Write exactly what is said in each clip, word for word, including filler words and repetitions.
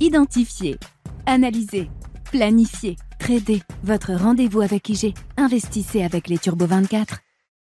Identifier, analyser, planifier, trader. Votre rendez-vous avec I G. Investissez avec les Turbo vingt-quatre.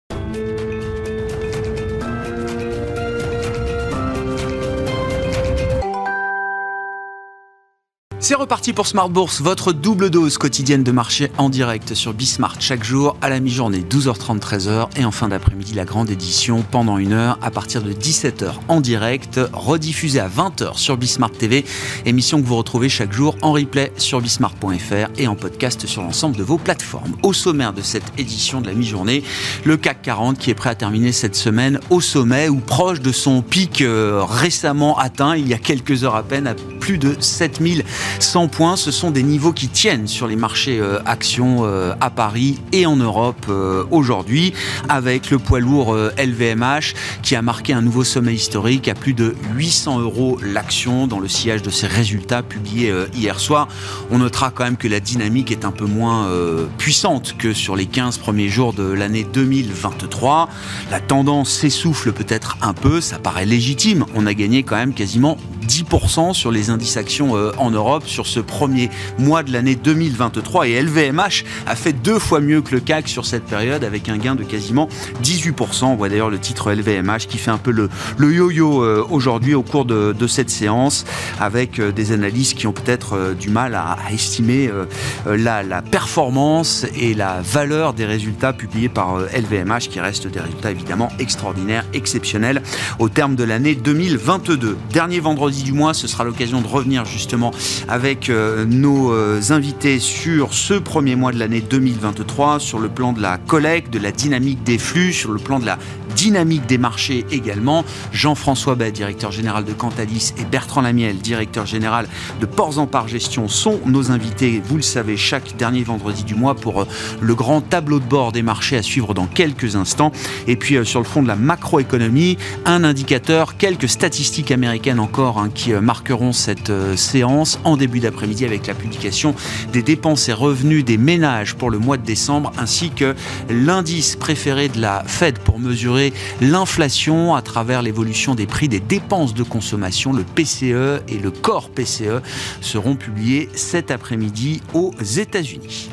C'est reparti pour Smart Bourse, votre double dose quotidienne de marché en direct sur Bismart chaque jour à la mi-journée, douze heures trente, treize heures et en fin d'après-midi la grande édition pendant une heure à partir de dix-sept heures en direct, rediffusée à vingt heures sur Bismart T V, émission que vous retrouvez chaque jour en replay sur bismart point f r et en podcast sur l'ensemble de vos plateformes. Au sommaire de cette édition de la mi-journée, le C A C quarante qui est prêt à terminer cette semaine au sommet ou proche de son pic euh, récemment atteint il y a quelques heures à peine à plus de sept mille cent points. Ce sont des niveaux qui tiennent sur les marchés euh, actions euh, à Paris et en Europe euh, aujourd'hui, avec le poids lourd euh, L V M H qui a marqué un nouveau sommet historique à plus de huit cents euros l'action dans le sillage de ses résultats publiés euh, hier soir. On notera quand même que la dynamique est un peu moins euh, puissante que sur les quinze premiers jours de l'année deux mille vingt-trois. La tendance s'essouffle peut-être un peu, ça paraît légitime. On a gagné quand même quasiment dix pour cent sur les indices actions euh, en Europe sur ce premier mois de l'année deux mille vingt-trois et L V M H a fait deux fois mieux que le C A C sur cette période avec un gain de quasiment dix-huit pour cent. On voit d'ailleurs le titre L V M H qui fait un peu le, le yo-yo euh, aujourd'hui au cours de, de cette séance avec euh, des analystes qui ont peut-être euh, du mal à, à estimer euh, la, la performance et la valeur des résultats publiés par euh, L V M H qui restent des résultats évidemment extraordinaires, exceptionnels au terme de l'année deux mille vingt-deux. Dernier vendredi du mois, ce sera l'occasion de revenir justement avec euh, nos euh, invités sur ce premier mois de l'année deux mille vingt-trois, sur le plan de la collecte, de la dynamique des flux, sur le plan de la dynamique des marchés également. Jean-François Bay, directeur général de Cantalis, et Bertrand Lamiel, directeur général de Ports en Par Gestion, sont nos invités, vous le savez, chaque dernier vendredi du mois pour euh, le grand tableau de bord des marchés à suivre dans quelques instants. Et puis euh, sur le fond de la macroéconomie, un indicateur, quelques statistiques américaines encore hein, qui euh, marqueront cette euh, séance en début d'après-midi avec la publication des dépenses et revenus des ménages pour le mois de décembre ainsi que l'indice préféré de la Fed pour mesurer l'inflation à travers l'évolution des prix des dépenses de consommation, le P C E et le Core P C E seront publiés cet après-midi aux États-Unis.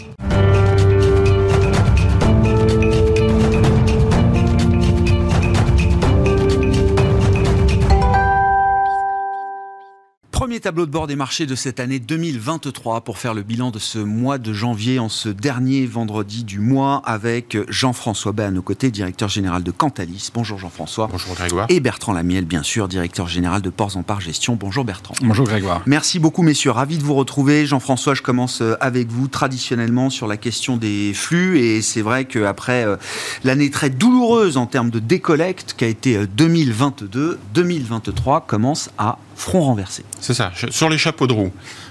Premier tableau de bord des marchés de cette année deux mille vingt-trois pour faire le bilan de ce mois de janvier en ce dernier vendredi du mois avec Jean-François Bay à nos côtés, directeur général de Cantalis. Bonjour Jean-François. Bonjour Grégoire. Et Bertrand Lamiel, bien sûr, directeur général de Ports en Par Gestion. Bonjour Bertrand. Bonjour Grégoire. Merci beaucoup messieurs, ravi de vous retrouver. Jean-François, je commence avec vous traditionnellement sur la question des flux et c'est vrai qu'après euh, l'année très douloureuse en termes de décollecte qu'a été deux mille vingt-deux, deux mille vingt-trois commence à front renversé. C'est ça, sur les chapeaux de roue.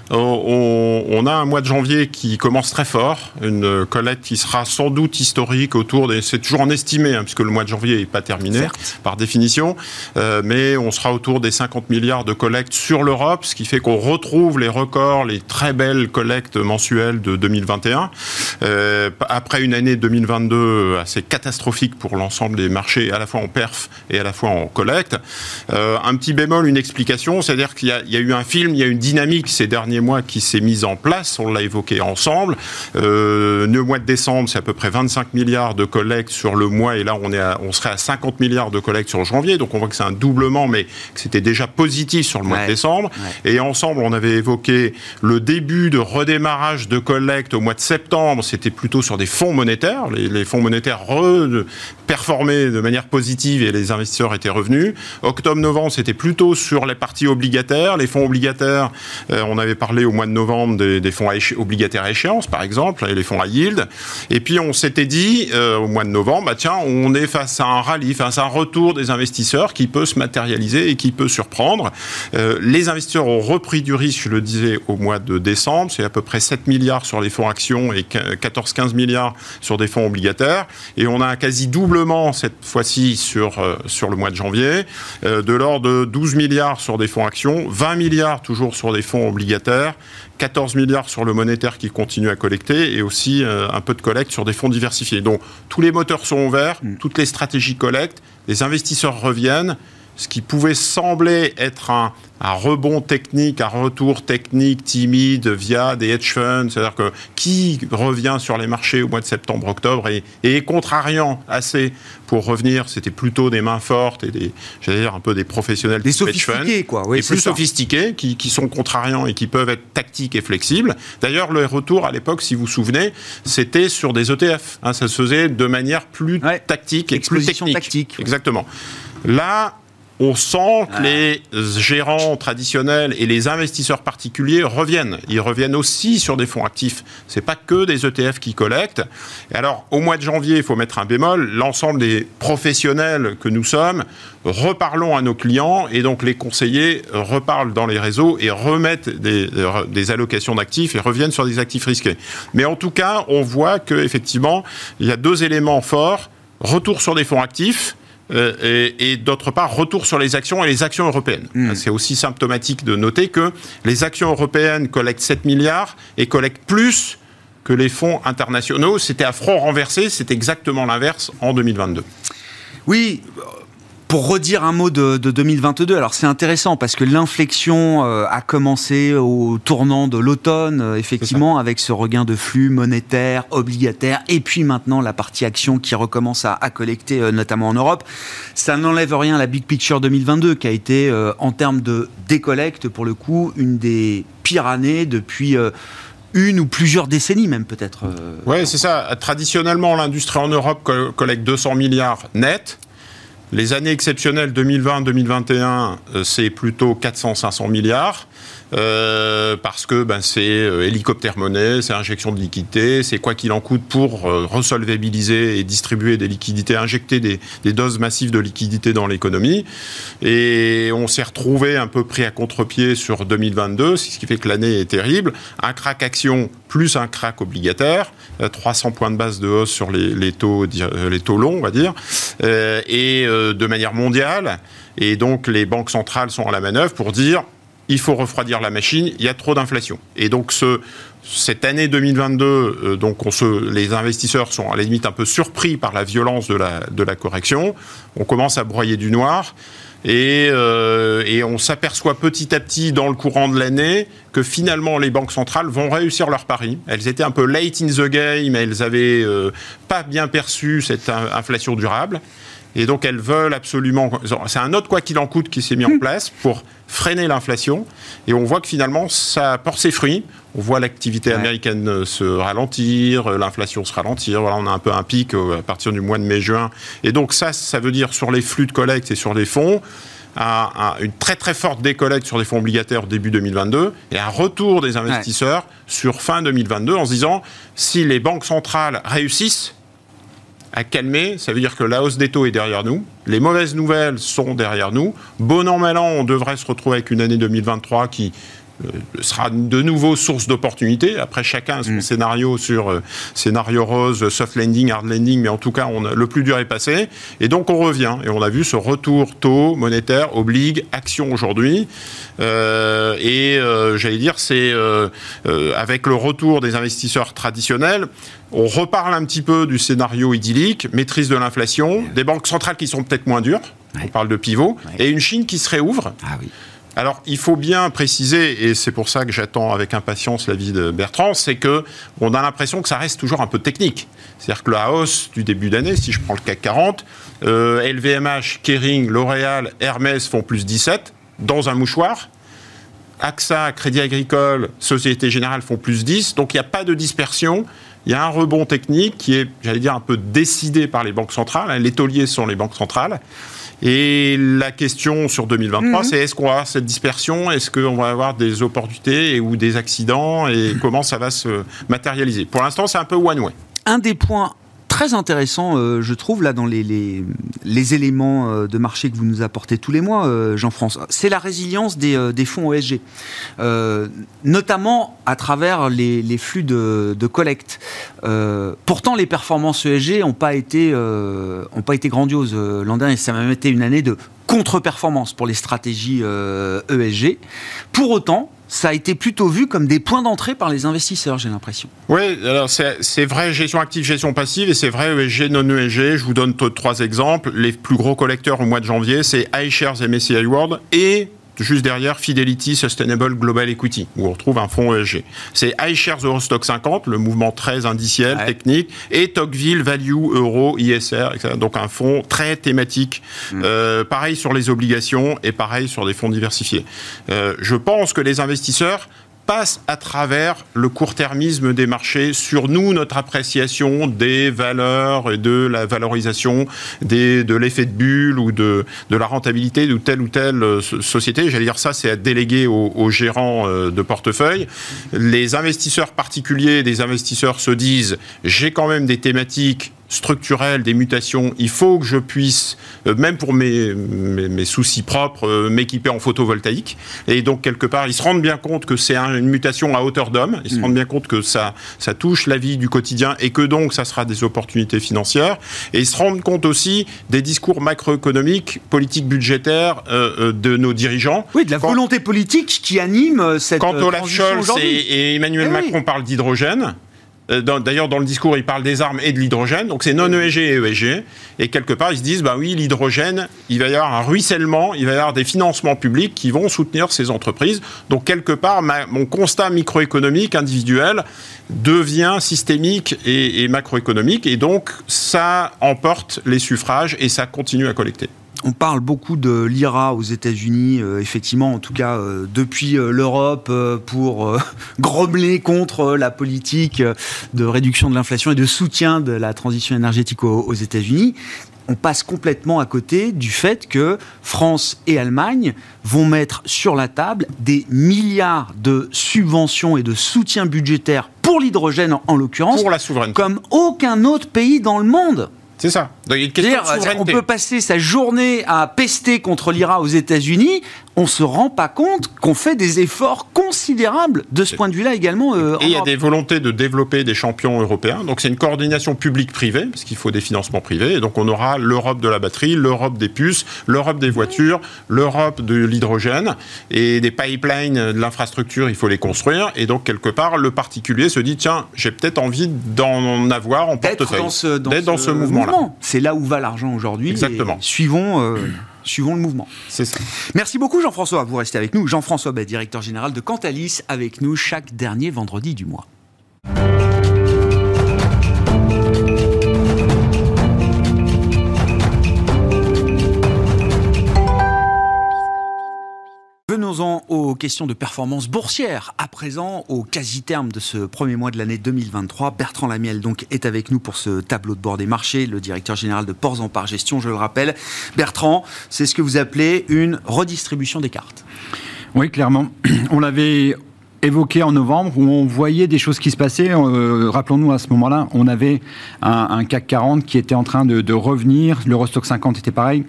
On, on a un mois de janvier qui commence très fort, une collecte qui sera sans doute historique autour des... C'est toujours en estimé, hein, puisque le mois de janvier n'est pas terminé, certes, par définition, euh, mais on sera autour des cinquante milliards de collectes sur l'Europe, ce qui fait qu'on retrouve les records, les très belles collectes mensuelles de deux mille vingt et un. Euh, après une année deux mille vingt-deux assez catastrophique pour l'ensemble des marchés, à la fois en perf et à la fois en collecte. Euh, un petit bémol, une explication, c'est-à-dire qu'il y a, il y a eu un film, il y a une dynamique ces derniers mois qui s'est mise en place, on l'a évoqué ensemble. Euh, le mois de décembre, c'est à peu près vingt-cinq milliards de collectes sur le mois, et là on, est à, on serait à cinquante milliards de collectes sur janvier, donc on voit que c'est un doublement, mais que c'était déjà positif sur le mois ouais. de décembre. Ouais. Et ensemble, on avait évoqué le début de redémarrage de collecte au mois de septembre, c'était plutôt sur des fonds monétaires, les, les fonds monétaires performaient de manière positive et les investisseurs étaient revenus. Octobre-novembre, c'était plutôt sur les parties obligataires, les fonds obligataires, euh, on avait parlé au mois de novembre des, des fonds à éche- obligataires à échéance, par exemple, et les fonds à yield. Et puis, on s'était dit, euh, au mois de novembre, bah, tiens, on est face à un rallye, face à un retour des investisseurs qui peut se matérialiser et qui peut surprendre. Euh, les investisseurs ont repris du risque, je le disais, au mois de décembre. C'est à peu près sept milliards sur les fonds actions et quatorze à quinze milliards sur des fonds obligataires. Et on a un quasi doublement, cette fois-ci, sur, euh, sur le mois de janvier, euh, de l'ordre de douze milliards sur des fonds actions, vingt milliards toujours sur des fonds obligataires, quatorze milliards sur le monétaire qui continue à collecter et aussi euh, un peu de collecte sur des fonds diversifiés. Donc, tous les moteurs sont ouverts, mmh. toutes les stratégies collectent, les investisseurs reviennent. ce qui pouvait sembler être un, un rebond technique, un retour technique timide via des hedge funds, c'est-à-dire que qui revient sur les marchés au mois de septembre-octobre et, et est contrariant assez pour revenir, c'était plutôt des mains fortes et des, j'allais dire un peu des professionnels des hedge sophistiqués funds, quoi, oui, et plus ça. sophistiqués qui, qui sont contrariants et qui peuvent être tactiques et flexibles. D'ailleurs, le retour à l'époque, si vous vous souvenez, c'était sur des E T F, hein, ça se faisait de manière plus ouais. tactique et plus technique. Tactique. Exactement. Là, on sent que ah. les gérants traditionnels et les investisseurs particuliers reviennent. Ils reviennent aussi sur des fonds actifs. C'est pas que des E T F qui collectent. Et alors, au mois de janvier, il faut mettre un bémol. L'ensemble des professionnels que nous sommes reparlons à nos clients et donc les conseillers reparlent dans les réseaux et remettent des, des allocations d'actifs et reviennent sur des actifs risqués. Mais en tout cas, on voit qu'effectivement, il y a deux éléments forts. Retour sur des fonds actifs. Euh, et, et d'autre part, retour sur les actions et les actions européennes. Mmh. C'est aussi symptomatique de noter que les actions européennes collectent sept milliards et collectent plus que les fonds internationaux. C'était à front renversé, c'est exactement l'inverse en deux mille vingt-deux. Oui, pour redire un mot de, de deux mille vingt-deux, alors c'est intéressant parce que l'inflexion euh, a commencé au tournant de l'automne, euh, effectivement, avec ce regain de flux monétaire, obligataire, et puis maintenant la partie action qui recommence à, à collecter, euh, notamment en Europe. Ça n'enlève rien à la big picture deux mille vingt-deux, qui a été, euh, en termes de décollecte, pour le coup, une des pires années depuis... Euh, une ou plusieurs décennies même peut-être. Euh, oui, c'est ça. Traditionnellement, l'industrie en Europe co- collecte deux cents milliards net. Les années exceptionnelles deux mille vingt deux mille vingt et un, euh, c'est plutôt quatre cents à cinq cents milliards. Euh, parce que ben, c'est euh, hélicoptère-monnaie, c'est injection de liquidités, c'est quoi qu'il en coûte pour euh, resolvabiliser et distribuer des liquidités, injecter des, des doses massives de liquidités dans l'économie. Et on s'est retrouvé un peu pris à contre-pied sur deux mille vingt-deux, ce qui fait que l'année est terrible. Un crack action plus un crack obligataire, euh, trois cents points de base de hausse sur les, les, taux, les taux longs, on va dire, euh, et euh, de manière mondiale. Et donc les banques centrales sont à la manœuvre pour dire il faut refroidir la machine, il y a trop d'inflation. Et donc, ce, cette année deux mille vingt-deux, euh, donc on se, les investisseurs sont à la limite un peu surpris par la violence de la, de la correction. On commence à broyer du noir. Et, euh, et on s'aperçoit petit à petit dans le courant de l'année que finalement les banques centrales vont réussir leur pari. Elles étaient un peu late in the game, elles n'avaient euh, pas bien perçu cette inflation durable. Et donc, elles veulent absolument... C'est un autre quoi qu'il en coûte qui s'est mis en place pour freiner l'inflation. Et on voit que finalement, ça porte ses fruits. On voit l'activité ouais. américaine se ralentir, l'inflation se ralentir. Voilà, on a un peu un pic à partir du mois de mai-juin. Et donc ça, ça veut dire sur les flux de collecte et sur les fonds, un, un, une très très forte décollecte sur les fonds obligataires au début deux mille vingt-deux et un retour des investisseurs ouais. sur fin deux mille vingt-deux en se disant, si les banques centrales réussissent à calmer, ça veut dire que la hausse des taux est derrière nous, les mauvaises nouvelles sont derrière nous, bon an, mal an, on devrait se retrouver avec une année deux mille vingt-trois qui euh, sera de nouveau source d'opportunités. Après, chacun a son mmh. scénario sur euh, scénario rose, soft landing, hard landing, mais en tout cas, on a, le plus dur est passé. Et donc, on revient. Et on a vu ce retour taux monétaire, obligue, action aujourd'hui. Euh, et euh, j'allais dire, c'est euh, euh, avec le retour des investisseurs traditionnels, on reparle un petit peu du scénario idyllique, maîtrise de l'inflation, des banques centrales qui sont peut-être moins dures, ouais. on parle de pivot, ouais. et une Chine qui se réouvre. Ah oui. Alors, il faut bien préciser, et c'est pour ça que j'attends avec impatience l'avis de Bertrand, c'est qu'on a l'impression que ça reste toujours un peu technique. C'est-à-dire que la hausse du début d'année, si je prends le C A C quarante, euh, L V M H, Kering, L'Oréal, Hermès font plus dix-sept dans un mouchoir. A X A, Crédit Agricole, Société Générale font plus dix. Donc, il n'y a pas de dispersion. Il y a un rebond technique qui est, j'allais dire, un peu décidé par les banques centrales. Les tauliers sont les banques centrales. Et la question sur deux mille vingt-trois, mmh. c'est est-ce qu'on va avoir cette dispersion ? Est-ce qu'on va avoir des opportunités ou des accidents ? Et comment ça va se matérialiser ? Pour l'instant, c'est un peu one way. Un des points très intéressant, euh, je trouve, là, dans les, les, les éléments euh, de marché que vous nous apportez tous les mois, euh, Jean-François, c'est la résilience des, euh, des fonds E S G, euh, notamment à travers les, les flux de, de collecte. Euh, pourtant, les performances E S G n'ont pas été, euh, ont pas été grandioses euh, l'an dernier. Ça a même été une année de contre-performance pour les stratégies euh, E S G. Pour autant, ça a été plutôt vu comme des points d'entrée par les investisseurs, j'ai l'impression. Oui, alors c'est, c'est vrai gestion active, gestion passive, et c'est vrai E S G, non E S G. Je vous donne t- trois exemples. Les plus gros collecteurs au mois de janvier, c'est iShares M S C I World et juste derrière Fidelity Sustainable Global Equity, où on retrouve un fonds E S G. C'est iShares Eurostock cinquante, le mouvement très indiciel, ouais. technique, et Tocqueville Value Euro I S R, et cetera. Donc un fonds très thématique. Mmh. Euh, pareil sur les obligations et pareil sur des fonds diversifiés. Euh, je pense que les investisseurs passe à travers le court-termisme des marchés sur nous, notre appréciation des valeurs et de la valorisation des, de l'effet de bulle ou de, de la rentabilité de telle ou telle société. J'allais dire ça, c'est à déléguer aux, aux gérants de portefeuille. Les investisseurs particuliers, des investisseurs se disent « j'ai quand même des thématiques structurelles, des mutations, il faut que je puisse, euh, même pour mes, mes, mes soucis propres, euh, m'équiper en photovoltaïque. » Et donc, quelque part, ils se rendent bien compte que c'est un, une mutation à hauteur d'homme, ils se mmh. rendent bien compte que ça, ça touche la vie du quotidien et que donc, ça sera des opportunités financières. Et ils se rendent compte aussi des discours macroéconomiques, politiques, budgétaires euh, de nos dirigeants. Oui, de la quand, volonté politique qui anime cette quand euh, Olaf Scholz et, et Emmanuel eh Macron oui. parlent d'hydrogène, d'ailleurs, dans le discours, ils parlent des armes et de l'hydrogène. Donc, c'est non-E S G et E S G. Et quelque part, ils se disent, bah oui, l'hydrogène, il va y avoir un ruissellement, il va y avoir des financements publics qui vont soutenir ces entreprises. Donc, quelque part, ma, mon constat microéconomique individuel devient systémique et, et macroéconomique. Et donc, ça emporte les suffrages et ça continue à collecter. On parle beaucoup de l'I R A aux États-Unis, euh, effectivement, en tout cas euh, depuis euh, l'Europe, euh, pour euh, grommeler contre euh, la politique euh, de réduction de l'inflation et de soutien de la transition énergétique aux, aux États-Unis. On passe complètement à côté du fait que France et Allemagne vont mettre sur la table des milliards de subventions et de soutien budgétaire pour l'hydrogène, en, en l'occurrence, pour la souveraineté, comme aucun autre pays dans le monde. C'est ça. Donc, il y a une question de souveraineté. On peut passer sa journée à pester contre l'I R A aux États-Unis. On ne se rend pas compte qu'on fait des efforts considérables de ce point de vue-là également. Euh, et il y a des volontés de développer des champions européens. Donc c'est une coordination publique-privée, parce qu'il faut des financements privés. Et donc on aura l'Europe de la batterie, l'Europe des puces, l'Europe des voitures, l'Europe de l'hydrogène. Et des pipelines de l'infrastructure, il faut les construire. Et donc quelque part, le particulier se dit, tiens, j'ai peut-être envie d'en avoir en d'être portefeuille. Dans ce, dans d'être ce dans ce mouvement-là. Mouvement. C'est là où va l'argent aujourd'hui. Exactement. Et suivons... Euh, Suivons le mouvement. C'est ça. Merci beaucoup Jean-François, vous restez avec nous. Jean-François, bah, directeur général de Cantalis, avec nous chaque dernier vendredi du mois. Venons-en aux questions de performance boursière. À présent, au quasi-terme de ce premier mois de l'année deux mille vingt-trois, Bertrand Lamiel donc est avec nous pour ce tableau de bord des marchés, le directeur général de Ports en Par Gestion, je le rappelle. Bertrand, c'est ce que vous appelez une redistribution des cartes. Oui, clairement. On l'avait évoqué en novembre, où on voyait des choses qui se passaient. Euh, rappelons-nous, à ce moment-là, on avait un, un C A C quarante qui était en train de, de revenir. L'Eurostock cinquante était pareil.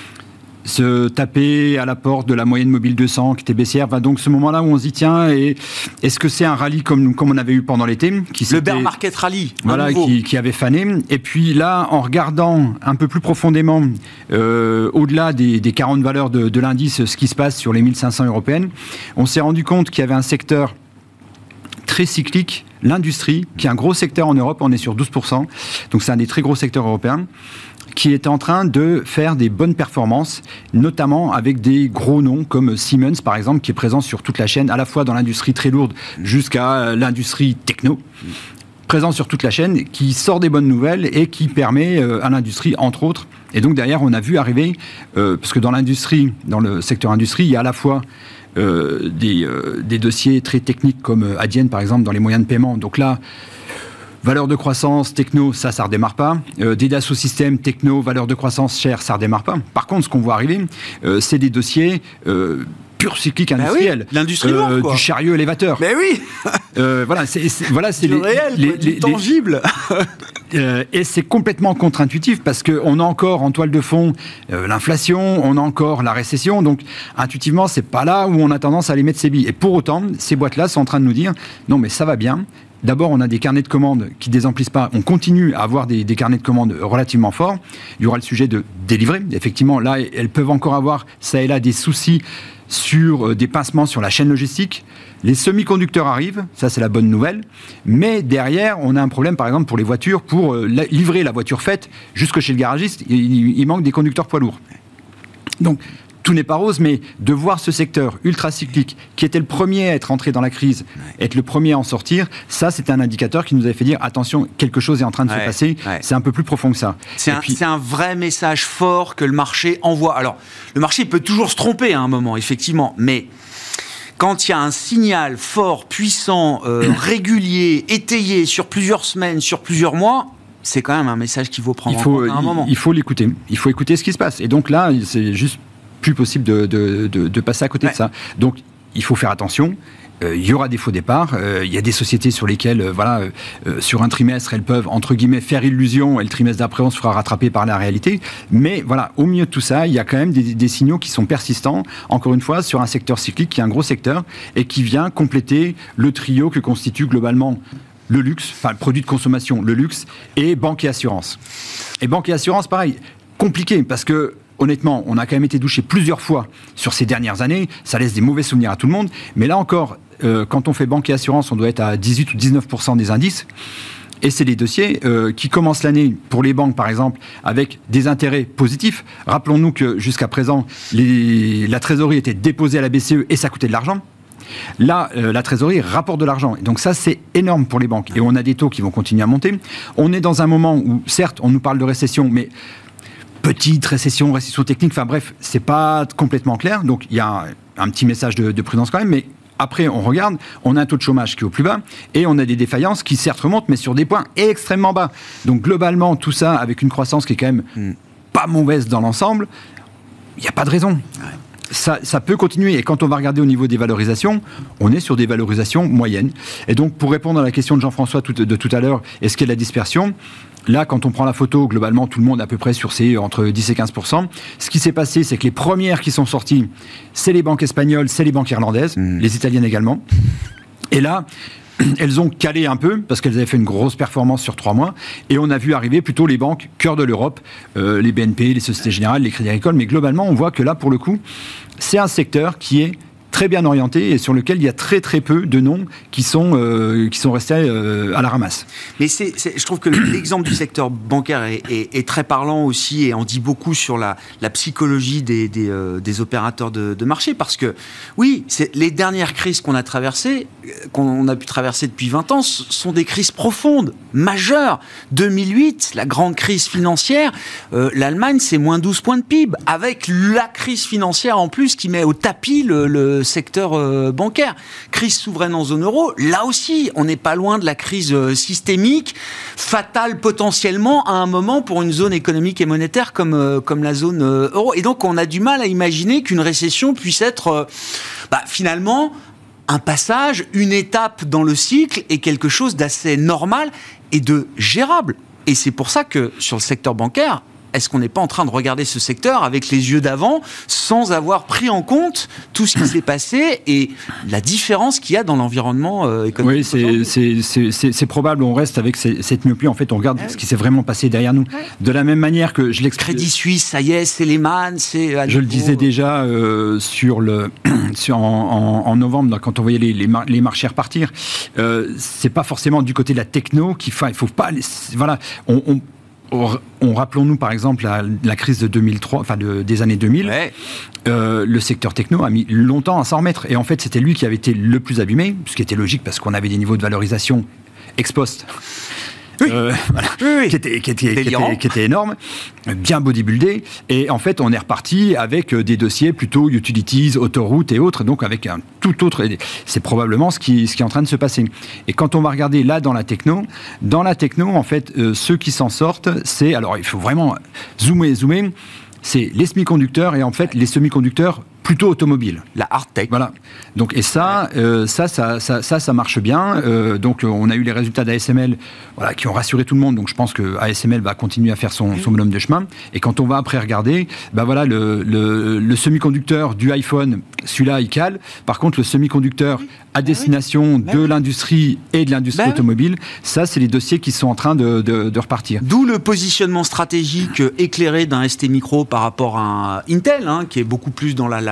Se taper à la porte de la moyenne mobile deux cents qui était baissière. Va donc ce moment-là où on se dit tiens, et est-ce que c'est un rallye comme, comme on avait eu pendant l'été qui le bear market rally, voilà, qui, qui avait fané. Et puis là, en regardant un peu plus profondément euh, au-delà des, des quarante valeurs de, de l'indice, ce qui se passe sur les mille cinq cents européennes, on s'est rendu compte qu'il y avait un secteur très cyclique, l'industrie, qui est un gros secteur en Europe, on est sur douze pour cent, donc c'est un des très gros secteurs européens, qui est en train de faire des bonnes performances, notamment avec des gros noms comme Siemens, par exemple, qui est présent sur toute la chaîne, à la fois dans l'industrie très lourde jusqu'à l'industrie techno, présent sur toute la chaîne, qui sort des bonnes nouvelles et qui permet à l'industrie, entre autres. Et donc derrière, on a vu arriver, euh, parce que dans l'industrie, dans le secteur industrie, il y a à la fois euh, des, euh, des dossiers très techniques comme Adyen, par exemple, dans les moyens de paiement. Donc là, valeur de croissance, techno, ça, ça ne redémarre pas. Euh, des Dassault Systèmes, techno, valeur de croissance, cher, ça ne redémarre pas. Par contre, ce qu'on voit arriver, euh, c'est des dossiers euh, pur cyclique industriel. Ben oui, l'industrie lourde, euh, quoi. Du chariot élévateur. Mais oui euh, Voilà, c'est, c'est, voilà, c'est du les, réel, les, quoi, du les, tangible. Euh, et c'est complètement contre-intuitif parce qu'on a encore en toile de fond euh, l'inflation, on a encore la récession, donc intuitivement c'est pas là où on a tendance à aller mettre ses billes. Et pour autant, ces boîtes-là sont en train de nous dire non mais ça va bien. D'abord, on a des carnets de commandes qui ne désemplissent pas. On continue à avoir des, des carnets de commandes relativement forts. Il y aura le sujet de délivrer. Effectivement, là, elles peuvent encore avoir, ça et là, des soucis sur des pincements sur la chaîne logistique. Les semi-conducteurs arrivent, ça c'est la bonne nouvelle, mais derrière, on a un problème par exemple pour les voitures, pour livrer la voiture faite jusque chez le garagiste, il, il manque des conducteurs poids lourds. Donc, tout n'est pas rose, mais de voir ce secteur ultra cyclique, qui était le premier à être entré dans la crise, être le premier à en sortir, ça c'est un indicateur qui nous avait fait dire attention, quelque chose est en train de ouais, se passer, ouais. C'est un peu plus profond que ça. C'est un, puis... un vrai message fort que le marché envoie. Alors, le marché peut toujours se tromper à un moment, effectivement, mais quand il y a un signal fort, puissant, euh, régulier, étayé sur plusieurs semaines, sur plusieurs mois, c'est quand même un message qu'il faut prendre il faut, en compte à un il, moment. Il faut l'écouter, il faut écouter ce qui se passe. Et donc là, c'est juste plus possible de, de, de, de passer à côté ouais. de ça. Donc, il faut faire attention. Euh, il y aura des faux départs. Euh, il y a des sociétés sur lesquelles, euh, voilà, euh, sur un trimestre, elles peuvent, entre guillemets, faire illusion et le trimestre d'après, on se fera rattraper par la réalité. Mais voilà, au milieu de tout ça, il y a quand même des, des signaux qui sont persistants, encore une fois, sur un secteur cyclique qui est un gros secteur et qui vient compléter le trio que constitue globalement le luxe, enfin, le produit de consommation, le luxe, et banque et assurance. Et banque et assurance, pareil, compliqué, parce que honnêtement, on a quand même été douché plusieurs fois sur ces dernières années. Ça laisse des mauvais souvenirs à tout le monde. Mais là encore, euh, quand on fait banque et assurance, on doit être à dix-huit ou dix-neuf pour cent des indices. Et c'est des dossiers euh, qui commencent l'année, pour les banques par exemple, avec des intérêts positifs. Rappelons-nous que jusqu'à présent, les, la trésorerie était déposée à la B C E et ça coûtait de l'argent. Là, euh, la trésorerie rapporte de l'argent. Et donc ça, c'est énorme pour les banques. Et on a des taux qui vont continuer à monter. On est dans un moment où, certes, on nous parle de récession, mais... petite récession, récession technique, enfin bref, c'est pas complètement clair. Donc il y a un, un petit message de, de prudence quand même, mais après on regarde, on a un taux de chômage qui est au plus bas et on a des défaillances qui certes remontent, mais sur des points extrêmement bas. Donc globalement, tout ça avec une croissance qui est quand même mm. pas mauvaise dans l'ensemble, il n'y a pas de raison. Ouais. Ça, ça peut continuer. Et quand on va regarder au niveau des valorisations, on est sur des valorisations moyennes. Et donc, pour répondre à la question de Jean-François tout, de tout à l'heure, est-ce qu'il y a de la dispersion ? Là, quand on prend la photo, globalement, tout le monde à peu près sur ces entre dix et quinze pour cent. Ce qui s'est passé, c'est que les premières qui sont sorties, c'est les banques espagnoles, c'est les banques irlandaises, mmh. les italiennes également. Et là... elles ont calé un peu, parce qu'elles avaient fait une grosse performance sur trois mois, et on a vu arriver plutôt les banques cœur de l'Europe, euh, les B N P, les Sociétés Générales, les Crédits Agricoles, mais globalement, on voit que là, pour le coup, c'est un secteur qui est très bien orienté et sur lequel il y a très très peu de noms qui sont, euh, qui sont restés euh, à la ramasse. Mais c'est, c'est, je trouve que l'exemple du secteur bancaire est, est, est très parlant aussi et en dit beaucoup sur la, la psychologie des, des, euh, des opérateurs de, de marché, parce que oui, c'est, les dernières crises qu'on a traversées, qu'on a pu traverser depuis vingt ans, sont des crises profondes, majeures. deux mille huit, la grande crise financière, euh, l'Allemagne c'est moins douze points de P I B, avec la crise financière en plus qui met au tapis le, le secteur euh, bancaire. Crise souveraine en zone euro, là aussi, on n'est pas loin de la crise euh, systémique, fatale potentiellement à un moment pour une zone économique et monétaire comme, euh, comme la zone euh, euro. Et donc, on a du mal à imaginer qu'une récession puisse être, euh, bah, finalement, un passage, une étape dans le cycle et quelque chose d'assez normal et de gérable. Et c'est pour ça que, sur le secteur bancaire, est-ce qu'on n'est pas en train de regarder ce secteur avec les yeux d'avant, sans avoir pris en compte tout ce qui s'est passé et la différence qu'il y a dans l'environnement euh, économique? Oui, c'est, c'est, c'est, c'est, c'est probable, on reste avec ces, cette myopie, en fait, on regarde ouais. ce qui s'est vraiment passé derrière nous. Ouais. De la même manière que je l'explique... Crédit Suisse, ça y est, c'est Lehman, c'est... Je nouveau... le disais déjà euh, sur le, sur, en, en, en novembre, quand on voyait les, les, mar- les marchés repartir, euh, c'est pas forcément du côté de la techno qu'il faut... Il faut pas... Voilà, on... on On, rappelons-nous par exemple la, la crise de deux mille trois, enfin de, des années deux mille. Ouais. Euh, le secteur techno a mis longtemps à s'en remettre. Et en fait, c'était lui qui avait été le plus abîmé, ce qui était logique parce qu'on avait des niveaux de valorisation ex post. Oui. Euh, voilà. oui, oui. Qui était, qui était, qui était, qui était énorme, bien bodybuildé, et en fait on est reparti avec des dossiers plutôt utilities, autoroutes et autres, donc avec un tout autre, c'est probablement ce qui, ce qui est en train de se passer. Et quand on va regarder là dans la techno, dans la techno en fait euh, ceux qui s'en sortent, c'est, alors il faut vraiment zoomer, zoomer, c'est les semi-conducteurs et en fait les semi-conducteurs plutôt automobiles. La hard tech. Voilà. Donc, et ça, euh, ça, ça, ça, ça, ça marche bien. Euh, donc, on a eu les résultats d'A S M L voilà, qui ont rassuré tout le monde. Donc, je pense que A S M L va continuer à faire son, son bonhomme de chemin. Et quand on va après regarder, ben voilà, le, le, le semi-conducteur du iPhone, celui-là, il cale. Par contre, le semi-conducteur à destination de l'industrie et de l'industrie ben automobile, oui. ça, c'est les dossiers qui sont en train de, de, de repartir. D'où le positionnement stratégique éclairé d'un S T Micro par rapport à Intel, hein, qui est beaucoup plus dans la, la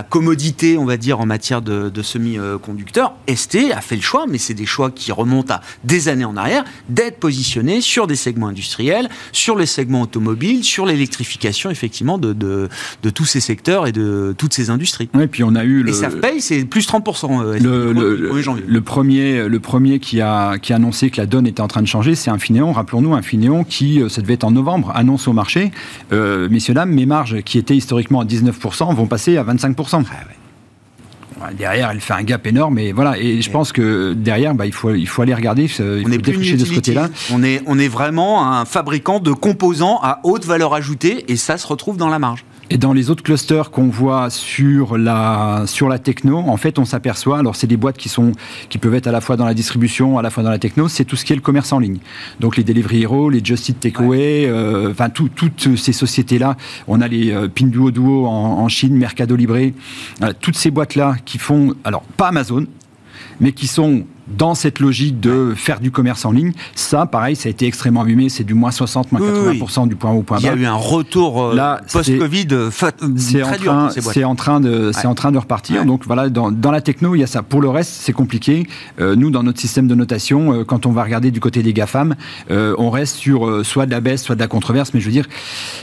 commodité, on va dire, en matière de, de semi-conducteurs, S T a fait le choix, mais c'est des choix qui remontent à des années en arrière, d'être positionné sur des segments industriels, sur les segments automobiles, sur l'électrification, effectivement, de, de, de tous ces secteurs et de toutes ces industries. Oui, puis on a eu... Le, et ça paye, c'est plus trente pour cent. Euh, le, le, le, le premier, le premier qui, a, qui a annoncé que la donne était en train de changer, c'est Infineon. Rappelons-nous, Infineon qui, ça devait être en novembre, annonce au marché, euh, messieurs, dames, mes marges qui étaient historiquement à dix-neuf pour cent vont passer à vingt-cinq pour cent. Ah ouais. Derrière, elle fait un gap énorme, et voilà. Et je pense que derrière, bah, il faut il faut aller regarder. Il on est plus de ce côté-là. On est on est vraiment un fabricant de composants à haute valeur ajoutée, et ça se retrouve dans la marge. Et dans les autres clusters qu'on voit sur la, sur la techno, en fait, on s'aperçoit, alors c'est des boîtes qui, sont, qui peuvent être à la fois dans la distribution, à la fois dans la techno, c'est tout ce qui est le commerce en ligne. Donc les Delivery Hero, les Just Eat Takeaway, euh, enfin tout, toutes ces sociétés-là, on a les euh, Pinduoduo en, en Chine, Mercado Libre, euh, toutes ces boîtes-là qui font, alors pas Amazon, mais qui sont dans cette logique de faire du commerce en ligne. Ça, pareil, ça a été extrêmement abîmé. C'est du moins soixante, moins quatre-vingts pour cent oui. du point haut au point bas. Il y a eu un retour euh, Là, post-Covid fat, c'est très en dur train, pour ces boîtes. C'est en train de, ouais. c'est en train de repartir. Ouais. Donc voilà, dans, dans la techno, il y a ça. Pour le reste, c'est compliqué. Euh, nous, dans notre système de notation, euh, quand on va regarder du côté des GAFAM, euh, on reste sur euh, soit de la baisse, soit de la controverse. Mais je veux dire...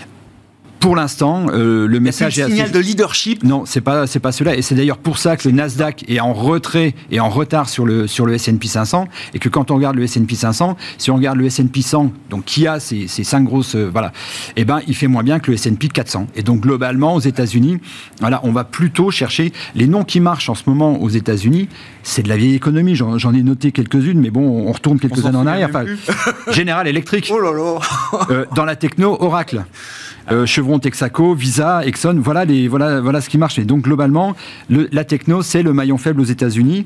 Pour l'instant, euh, le message est assez... signal de leadership. Non, c'est pas c'est pas cela, et c'est d'ailleurs pour ça que le Nasdaq est en retrait et en retard sur le sur le S and P cinq cents, et que quand on regarde le S and P cinq cents, si on regarde le S and P cent, donc qui a ces ces cinq grosses euh, voilà, eh ben il fait moins bien que le S and P quatre cents. Et donc globalement aux États-Unis, voilà, on va plutôt chercher les noms qui marchent en ce moment aux États-Unis. C'est de la vieille économie. J'en, j'en ai noté quelques-unes, mais bon, on retourne quelques on années en arrière. Enfin, General Electric. Oh là là. euh, dans la techno, Oracle. Euh, Chevron, Texaco, Visa, Exxon, voilà, les, voilà, voilà ce qui marche. Et donc globalement, le, la techno, c'est le maillon faible aux États-Unis.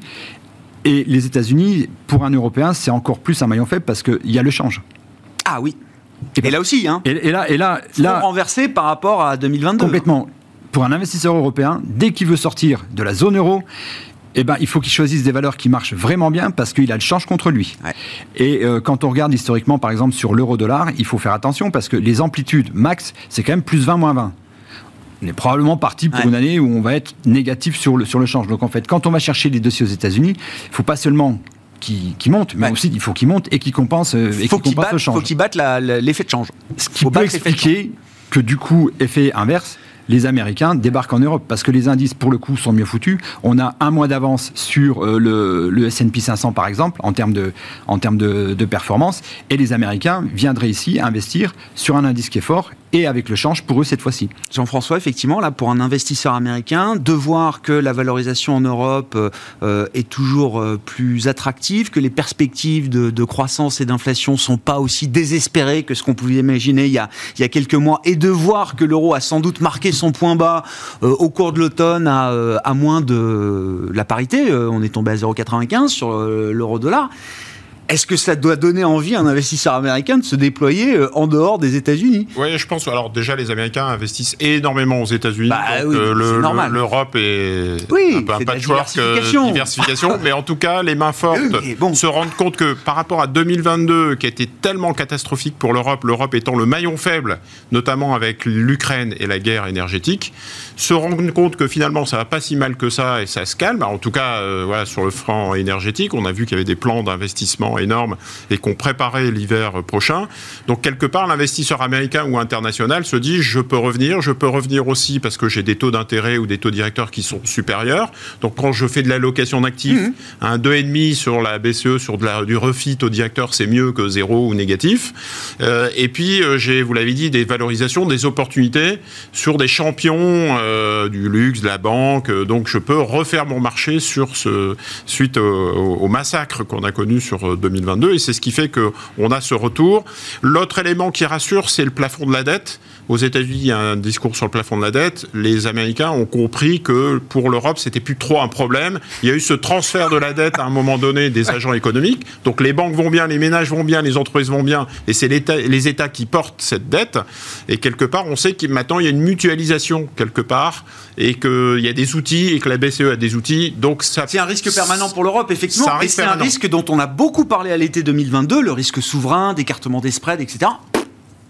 Et les États-Unis, pour un Européen, c'est encore plus un maillon faible parce qu'il y a le change. Ah oui. Et, et là aussi, hein. Et, et là, et là, là, renversé par rapport à deux mille vingt-deux. Complètement. Pour un investisseur européen, dès qu'il veut sortir de la zone euro, eh ben, il faut qu'il choisisse des valeurs qui marchent vraiment bien parce qu'il a le change contre lui. Ouais. Et euh, quand on regarde historiquement, par exemple, sur l'euro-dollar, il faut faire attention parce que les amplitudes max, c'est quand même plus vingt, moins vingt. On est probablement parti pour ouais. une année où on va être négatif sur le, sur le change. Donc en fait, quand on va chercher les dossiers aux États-Unis, il ne faut pas seulement qu'ils qui montent, mais ouais. aussi il faut qu'ils montent et qu'ils compensent, euh, et faut qu'ils qu'ils compensent battent, le change. Il faut qu'ils battent la, la, l'effet de change. Ce qui faut peut expliquer que du coup, effet inverse, les Américains débarquent en Europe parce que les indices, pour le coup, sont mieux foutus. On a un mois d'avance sur euh, le, le S and P cinq cents, par exemple, en termes, de, en termes de, de performance. Et les Américains viendraient ici investir sur un indice qui est fort et avec le change pour eux cette fois-ci. Jean-François, effectivement, là, pour un investisseur américain, de voir que la valorisation en Europe euh, est toujours euh, plus attractive, que les perspectives de, de croissance et d'inflation ne sont pas aussi désespérées que ce qu'on pouvait imaginer il y a, il y a quelques mois, et de voir que l'euro a sans doute marqué son point bas euh, au cours de l'automne à, euh, à moins de la parité, euh, on est tombé à zéro virgule quatre-vingt-quinze sur euh, l'euro-dollar. Est-ce que ça doit donner envie à un investisseur américain de se déployer en dehors des États-Unis ? Oui, je pense. Alors déjà, les Américains investissent énormément aux États-Unis. Bah, donc, oui, euh, le, c'est normal. Le, L'Europe est oui, un peu un patchwork diversification. diversification. Mais en tout cas, les mains fortes oui, bon. se rendent compte que par rapport à deux mille vingt-deux, qui a été tellement catastrophique pour l'Europe, l'Europe étant le maillon faible, notamment avec l'Ukraine et la guerre énergétique, se rendent compte que finalement, ça va pas si mal que ça et ça se calme. En tout cas, euh, voilà, sur le front énergétique, on a vu qu'il y avait des plans d'investissement énormes et qu'on préparait l'hiver prochain. Donc, quelque part, l'investisseur américain ou international se dit, je peux revenir, je peux revenir aussi parce que j'ai des taux d'intérêt ou des taux directeurs qui sont supérieurs. Donc, quand je fais de l'allocation d'actifs, mmh. un deux virgule cinq sur la B C E, sur de la, du refit taux directeur, c'est mieux que zéro ou négatif. Euh, et puis, euh, j'ai, vous l'avez dit, des valorisations, des opportunités sur des champions euh, du luxe, de la banque. Donc, je peux refaire mon marché sur ce, suite au, au massacre qu'on a connu sur deux mille vingt-deux. Et c'est ce qui fait qu'on a ce retour. L'autre élément qui rassure, c'est le plafond de la dette. Aux États-Unis, il y a un discours sur le plafond de la dette. Les Américains ont compris que pour l'Europe, c'était plus trop un problème. Il y a eu ce transfert de la dette à un moment donné des agents économiques. Donc les banques vont bien, les ménages vont bien, les entreprises vont bien, et c'est l'État, les États qui portent cette dette. Et quelque part, on sait que maintenant, il y a une mutualisation quelque part, et qu'il y a des outils, et que la B C E a des outils. Donc ça, c'est un risque permanent pour l'Europe, effectivement. C'est un et c'est permanent. un risque dont on a beaucoup parlé à l'été deux mille vingt-deux, le risque souverain, d'écartement des spreads, et cetera.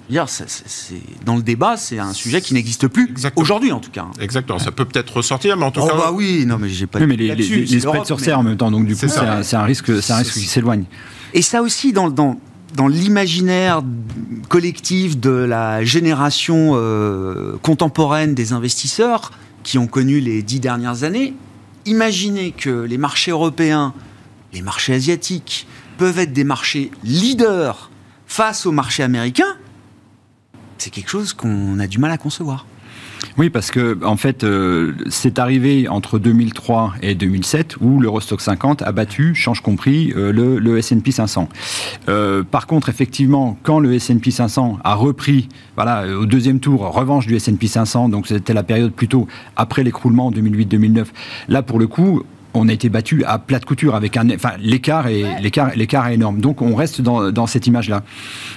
Dire, c'est, c'est, c'est, dans le débat, c'est un sujet qui n'existe plus Exactement. Aujourd'hui, en tout cas. Exactement. Ça peut peut-être ressortir, mais en tout oh cas. Bah oui, non, mais j'ai pas. Oui, mais les, les, les spreads se resserrent en même temps, donc du coup, c'est, c'est, un, c'est un risque, c'est un risque qui s'éloigne. Et ça aussi, dans, dans, dans l'imaginaire collectif de la génération euh, contemporaine des investisseurs qui ont connu les dix dernières années, imaginez que les marchés européens, les marchés asiatiques, peuvent être des marchés leaders face aux marchés américains. C'est quelque chose qu'on a du mal à concevoir. Oui, parce que en fait, euh, c'est arrivé entre deux mille trois et deux mille sept où l'Eurostoxx cinquante a battu, change compris, euh, le, le S and P cinq cents. Euh, par contre, effectivement, quand le S and P cinq cents a repris, voilà, au deuxième tour, revanche du S and P cinq cents, donc c'était la période plutôt après l'écroulement deux mille huit deux mille neuf. Là, pour le coup, on a été battu à plat de couture avec un, enfin l'écart est ouais. l'écart l'écart est énorme. Donc on reste dans dans cette image là.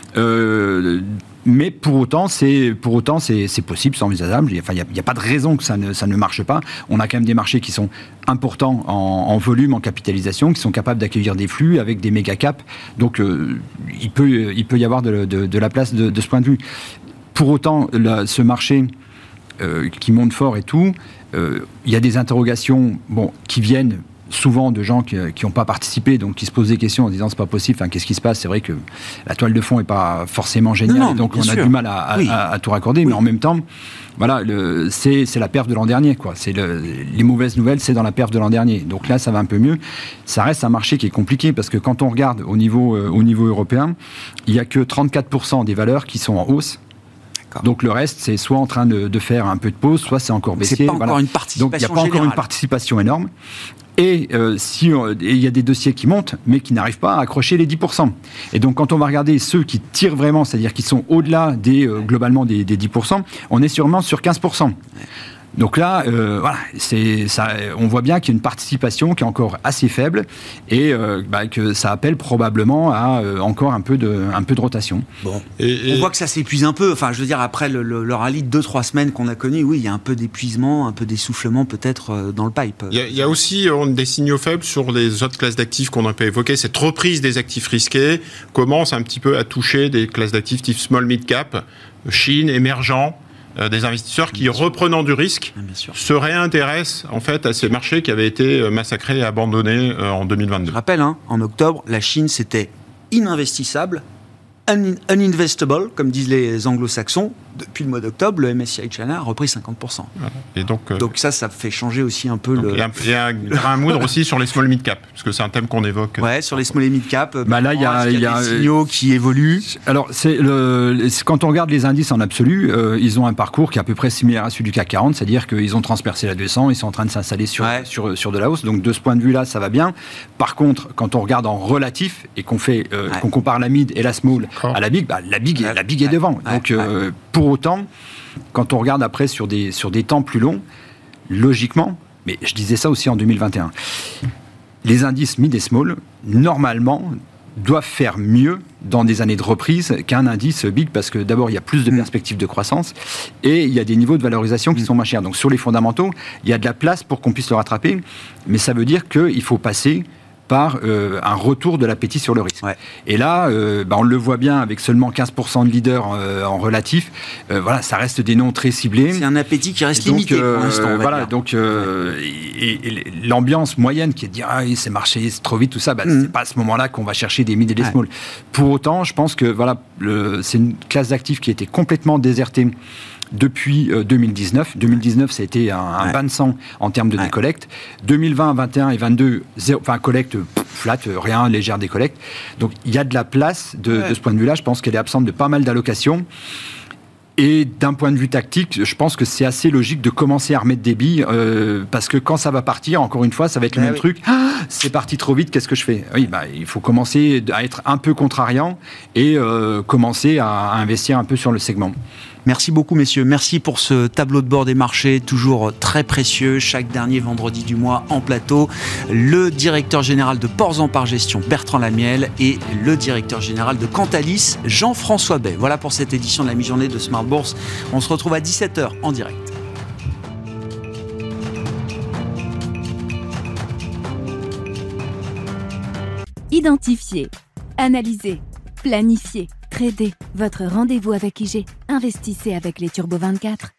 Euh, mais pour autant, c'est pour autant c'est, c'est possible, c'est envisageable. Enfin, il n'y a, a pas de raison que ça ne ça ne marche pas. On a quand même des marchés qui sont importants en, en volume, en capitalisation, qui sont capables d'accueillir des flux avec des méga caps. Donc euh, il peut il peut y avoir de, de, de la place de, de ce point de vue. Pour autant, là, ce marché euh, qui monte fort et tout. Il euh, y a des interrogations bon, qui viennent souvent de gens qui n'ont pas participé, donc qui se posent des questions en disant c'est pas possible, enfin, qu'est-ce qui se passe ? C'est vrai que la toile de fond n'est pas forcément géniale, non, non, donc on sûr. a du mal à, à, oui. à, à tout raccorder, oui. mais en même temps, voilà, le, c'est, c'est la perf de l'an dernier. Quoi. C'est le, les mauvaises nouvelles, c'est dans la perf de l'an dernier. Donc là, ça va un peu mieux. Ça reste un marché qui est compliqué parce que quand on regarde au niveau, euh, au niveau européen, il n'y a que trente-quatre pour cent des valeurs qui sont en hausse. D'accord. Donc le reste, c'est soit en train de, de faire un peu de pause, soit c'est encore baissé. C'est pas voilà. encore une participation Donc il n'y a pas générale. encore une participation énorme. Et euh, si il y a des dossiers qui montent, mais qui n'arrivent pas à accrocher les dix pour cent. Et donc quand on va regarder ceux qui tirent vraiment, c'est-à-dire qui sont au-delà des euh, globalement des, des dix pour cent, on est sûrement sur quinze pour cent. Ouais. Donc là, euh, voilà, c'est, ça, on voit bien qu'il y a une participation qui est encore assez faible et euh, bah, que ça appelle probablement à euh, encore un peu de, un peu de rotation. Bon, et, et... on voit que ça s'épuise un peu. Enfin, je veux dire, après le, le, le rallye de deux trois semaines qu'on a connu, oui, il y a un peu d'épuisement, un peu d'essoufflement peut-être euh, dans le pipe. Il y a, il y a aussi euh, des signaux faibles sur les autres classes d'actifs qu'on a pu évoquer. Cette reprise des actifs risqués commence un petit peu à toucher des classes d'actifs type small mid cap, Chine, émergents. Des investisseurs qui, reprenant du risque, se réintéressent en fait à ces marchés qui avaient été massacrés et abandonnés en deux mille vingt-deux. Je rappelle, hein, en octobre, la Chine, c'était ininvestissable, un, uninvestable, comme disent les anglo-saxons. Depuis le mois d'octobre, le M S C I China a repris cinquante pour cent. Voilà. Et donc, euh, donc ça, ça fait changer aussi un peu donc, le... Il y a, il y a, il y a un mood aussi sur les small mid cap, parce que c'est un thème qu'on évoque. Ouais, sur les small et mid cap, bah là, il y a, il y a des signaux qui évoluent. Alors, c'est le, quand on regarde les indices en absolu, euh, ils ont un parcours qui est à peu près similaire à celui du C A C quarante, c'est-à-dire qu'ils ont transpercé la deux cents, ils sont en train de s'installer sur, ouais. sur, sur de la hausse. Donc, de ce point de vue-là, ça va bien. Par contre, quand on regarde en relatif et qu'on, fait, euh, ouais. qu'on compare la mid et la small oh. à la big, bah, la big, ouais. la big est ouais. devant. Ouais. Donc, euh, ouais. pour autant... Quand on regarde après sur des, sur des temps plus longs, logiquement, mais je disais ça aussi en deux mille vingt et un, les indices mid et small, normalement, doivent faire mieux dans des années de reprise qu'un indice big, parce que d'abord, il y a plus de perspectives de croissance et il y a des niveaux de valorisation qui sont moins chers. Donc sur les fondamentaux, il y a de la place pour qu'on puisse le rattraper, mais ça veut dire qu'il faut passer par euh, un retour de l'appétit sur le risque. Ouais. Et là, euh, bah, on le voit bien avec seulement quinze pour cent de leaders euh, en relatif. Euh, voilà, ça reste des noms très ciblés. C'est un appétit qui reste donc, limité euh, pour l'instant. Voilà, donc euh, ouais. et, et l'ambiance moyenne qui est de dire ah, c'est marché, c'est trop vite, tout ça, bah, mmh. c'est pas à ce moment-là qu'on va chercher des mid et des ouais. small. Pour autant, je pense que voilà, le, c'est une classe d'actifs qui a été complètement désertée depuis euh, deux mille dix-neuf. deux mille dix-neuf, ça a été un, un ouais. bain de sang en termes de ouais. décollecte. deux mille vingt, vingt et un et vingt-deux, zéro, enfin, collecte pff, flat, rien, légère décollecte. Donc, il y a de la place de, ouais. de ce point de vue-là. Je pense qu'elle est absente de pas mal d'allocations. Et d'un point de vue tactique, je pense que c'est assez logique de commencer à remettre des billes, euh, parce que quand ça va partir, encore une fois, ça va être le ah même oui. truc. Ah, c'est parti trop vite, qu'est-ce que je fais ? Oui, bah, il faut commencer à être un peu contrariant et euh, commencer à, à investir un peu sur le segment. Merci beaucoup, messieurs. Merci pour ce tableau de bord des marchés, toujours très précieux, chaque dernier vendredi du mois en plateau. Le directeur général de Ports en Par Gestion, Bertrand Lamiel, et le directeur général de Cantalis, Jean-François Bay. Voilà pour cette édition de la mi-journée de Smart Bourse. On se retrouve à dix-sept heures en direct. Identifier, analyser, planifier, Tradez, votre rendez-vous avec I G. Investissez avec les Turbo vingt-quatre.